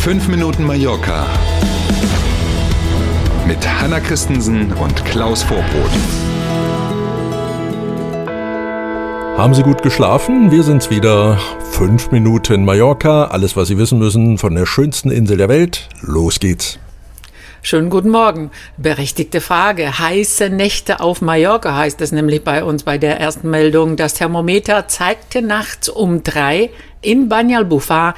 5 Minuten Mallorca mit Hanna Christensen und Klaus Vorbrot. Haben Sie gut geschlafen? Wir sind's wieder. 5 Minuten Mallorca. Alles, was Sie wissen müssen von der schönsten Insel der Welt. Los geht's. Schönen guten Morgen. Berechtigte Frage. Heiße Nächte auf Mallorca heißt es nämlich bei uns bei der ersten Meldung. Das Thermometer zeigte nachts um 3 in Banyalbufar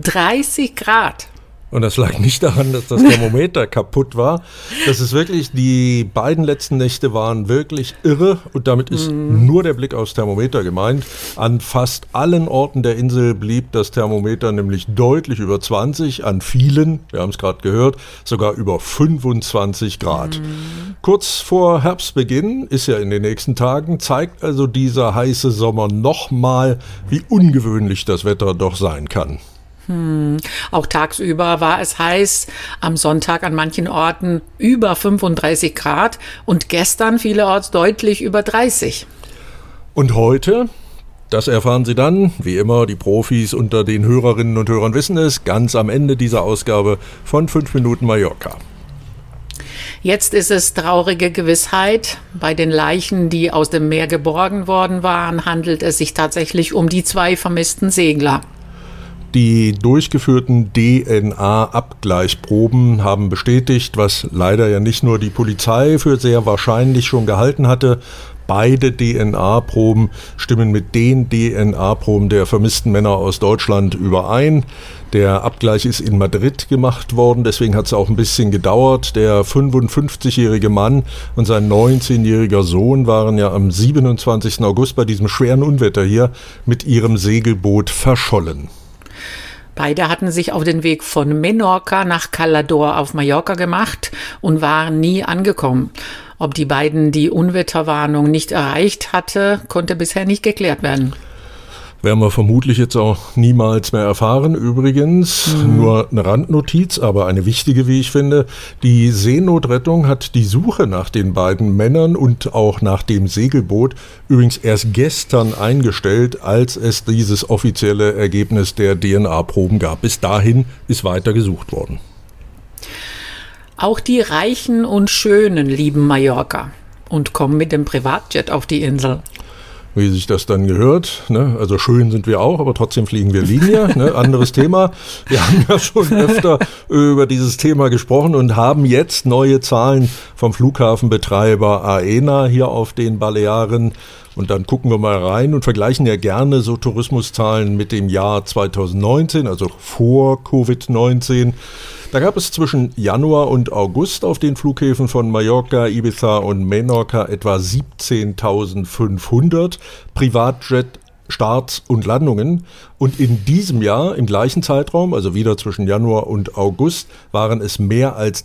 30 Grad. Und das lag nicht daran, dass das Thermometer kaputt war. Das ist wirklich, die beiden letzten Nächte waren wirklich irre. Und damit ist nur der Blick aufs Thermometer gemeint. An fast allen Orten der Insel blieb das Thermometer nämlich deutlich über 20. An vielen, wir haben es gerade gehört, sogar über 25 Grad. Kurz vor Herbstbeginn, ist ja in den nächsten Tagen, zeigt also dieser heiße Sommer nochmal, wie ungewöhnlich das Wetter doch sein kann. Auch tagsüber war es heiß, am Sonntag an manchen Orten über 35 Grad und gestern vielerorts deutlich über 30. Und heute, das erfahren Sie dann, wie immer, die Profis unter den Hörerinnen und Hörern wissen es, ganz am Ende dieser Ausgabe von 5 Minuten Mallorca. Jetzt ist es traurige Gewissheit. Bei den Leichen, die aus dem Meer geborgen worden waren, handelt es sich tatsächlich um die 2 vermissten Segler. Die durchgeführten DNA-Abgleichsproben haben bestätigt, was leider ja nicht nur die Polizei für sehr wahrscheinlich schon gehalten hatte. Beide DNA-Proben stimmen mit den DNA-Proben der vermissten Männer aus Deutschland überein. Der Abgleich ist in Madrid gemacht worden, deswegen hat es auch ein bisschen gedauert. Der 55-jährige Mann und sein 19-jähriger Sohn waren ja am 27. August bei diesem schweren Unwetter hier mit ihrem Segelboot verschollen. Beide hatten sich auf den Weg von Menorca nach Calador auf Mallorca gemacht und waren nie angekommen. Ob die beiden die Unwetterwarnung nicht erreicht hatte, konnte bisher nicht geklärt werden. Werden wir vermutlich jetzt auch niemals mehr erfahren. Übrigens, nur eine Randnotiz, aber eine wichtige, wie ich finde. Die Seenotrettung hat die Suche nach den beiden Männern und auch nach dem Segelboot übrigens erst gestern eingestellt, als es dieses offizielle Ergebnis der DNA-Proben gab. Bis dahin ist weiter gesucht worden. Auch die Reichen und Schönen lieben Mallorca und kommen mit dem Privatjet auf die Insel. Wie sich das dann gehört, ne? Also schön sind wir auch, aber trotzdem fliegen wir Linie, ne? Anderes Thema. Wir haben ja schon öfter über dieses Thema gesprochen und haben jetzt neue Zahlen vom Flughafenbetreiber Aena hier auf den Balearen. Und dann gucken wir mal rein und vergleichen ja gerne so Tourismuszahlen mit dem Jahr 2019, also vor Covid-19. Da gab es zwischen Januar und August auf den Flughäfen von Mallorca, Ibiza und Menorca etwa 17.500 Privatjet-Starts und Landungen. Und in diesem Jahr, im gleichen Zeitraum, also wieder zwischen Januar und August, waren es mehr als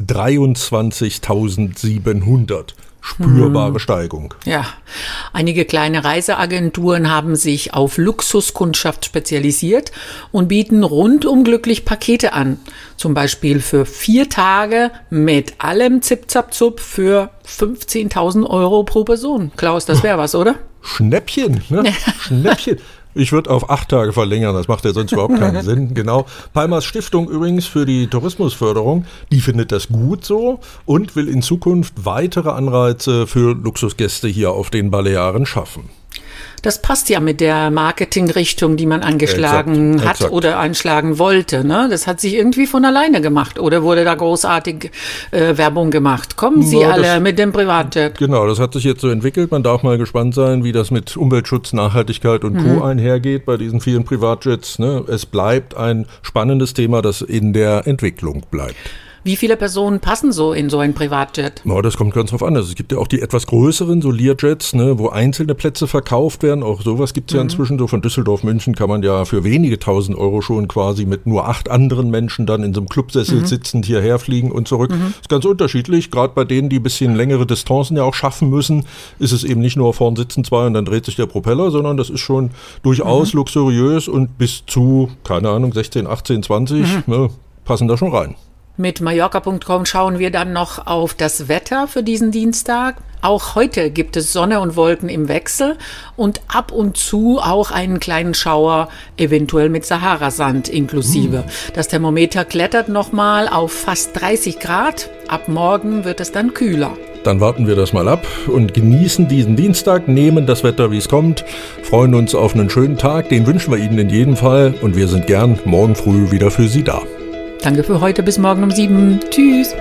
23.700. Spürbare Steigung. Ja, einige kleine Reiseagenturen haben sich auf Luxuskundschaft spezialisiert und bieten rundum glücklich Pakete an. Zum Beispiel für 4 Tage mit allem Zip-Zap-Zup für 15.000 Euro pro Person. Klaus, das wäre was, oder? Schnäppchen, ne? Schnäppchen. Ich würde auf 8 Tage verlängern, das macht ja sonst überhaupt keinen Sinn. Genau. Palmas Stiftung übrigens für die Tourismusförderung, die findet das gut so und will in Zukunft weitere Anreize für Luxusgäste hier auf den Balearen schaffen. Das passt ja mit der Marketingrichtung, die man angeschlagen hat oder einschlagen wollte. Ne? Das hat sich irgendwie von alleine gemacht oder wurde da großartig Werbung gemacht. Kommen Sie alle mit dem Privatjet. Genau, das hat sich jetzt so entwickelt. Man darf mal gespannt sein, wie das mit Umweltschutz, Nachhaltigkeit und Co. einhergeht bei diesen vielen Privatjets. Ne? Es bleibt ein spannendes Thema, das in der Entwicklung bleibt. Wie viele Personen passen so in so ein Privatjet? Ja, das kommt ganz drauf an. Also es gibt ja auch die etwas größeren, so Learjets, ne, wo einzelne Plätze verkauft werden. Auch sowas gibt es ja inzwischen. So von Düsseldorf, München kann man ja für wenige 1.000 Euro schon quasi mit nur 8 anderen Menschen dann in so einem Clubsessel sitzend hierher fliegen und zurück. Ist ganz unterschiedlich. Gerade bei denen, die ein bisschen längere Distanzen ja auch schaffen müssen, ist es eben nicht nur vorn sitzen 2 und dann dreht sich der Propeller, sondern das ist schon durchaus luxuriös und bis zu, keine Ahnung, 16, 18, 20 ne, passen da schon rein. Mit Mallorca.com schauen wir dann noch auf das Wetter für diesen Dienstag. Auch heute gibt es Sonne und Wolken im Wechsel und ab und zu auch einen kleinen Schauer, eventuell mit Saharasand inklusive. Das Thermometer klettert nochmal auf fast 30 Grad. Ab morgen wird es dann kühler. Dann warten wir das mal ab und genießen diesen Dienstag, nehmen das Wetter, wie es kommt, freuen uns auf einen schönen Tag, den wünschen wir Ihnen in jedem Fall und wir sind gern morgen früh wieder für Sie da. Danke für heute, bis morgen um 7. Tschüss.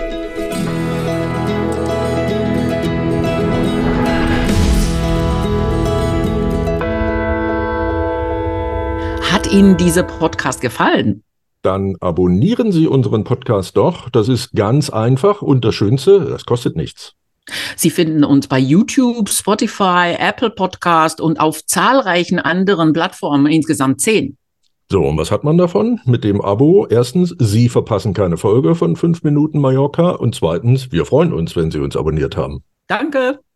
Hat Ihnen dieser Podcast gefallen? Dann abonnieren Sie unseren Podcast doch. Das ist ganz einfach und das Schönste, das kostet nichts. Sie finden uns bei YouTube, Spotify, Apple Podcast und auf zahlreichen anderen Plattformen, insgesamt 10. So, und was hat man davon? Mit dem Abo, erstens, Sie verpassen keine Folge von 5 Minuten Mallorca und zweitens, wir freuen uns, wenn Sie uns abonniert haben. Danke.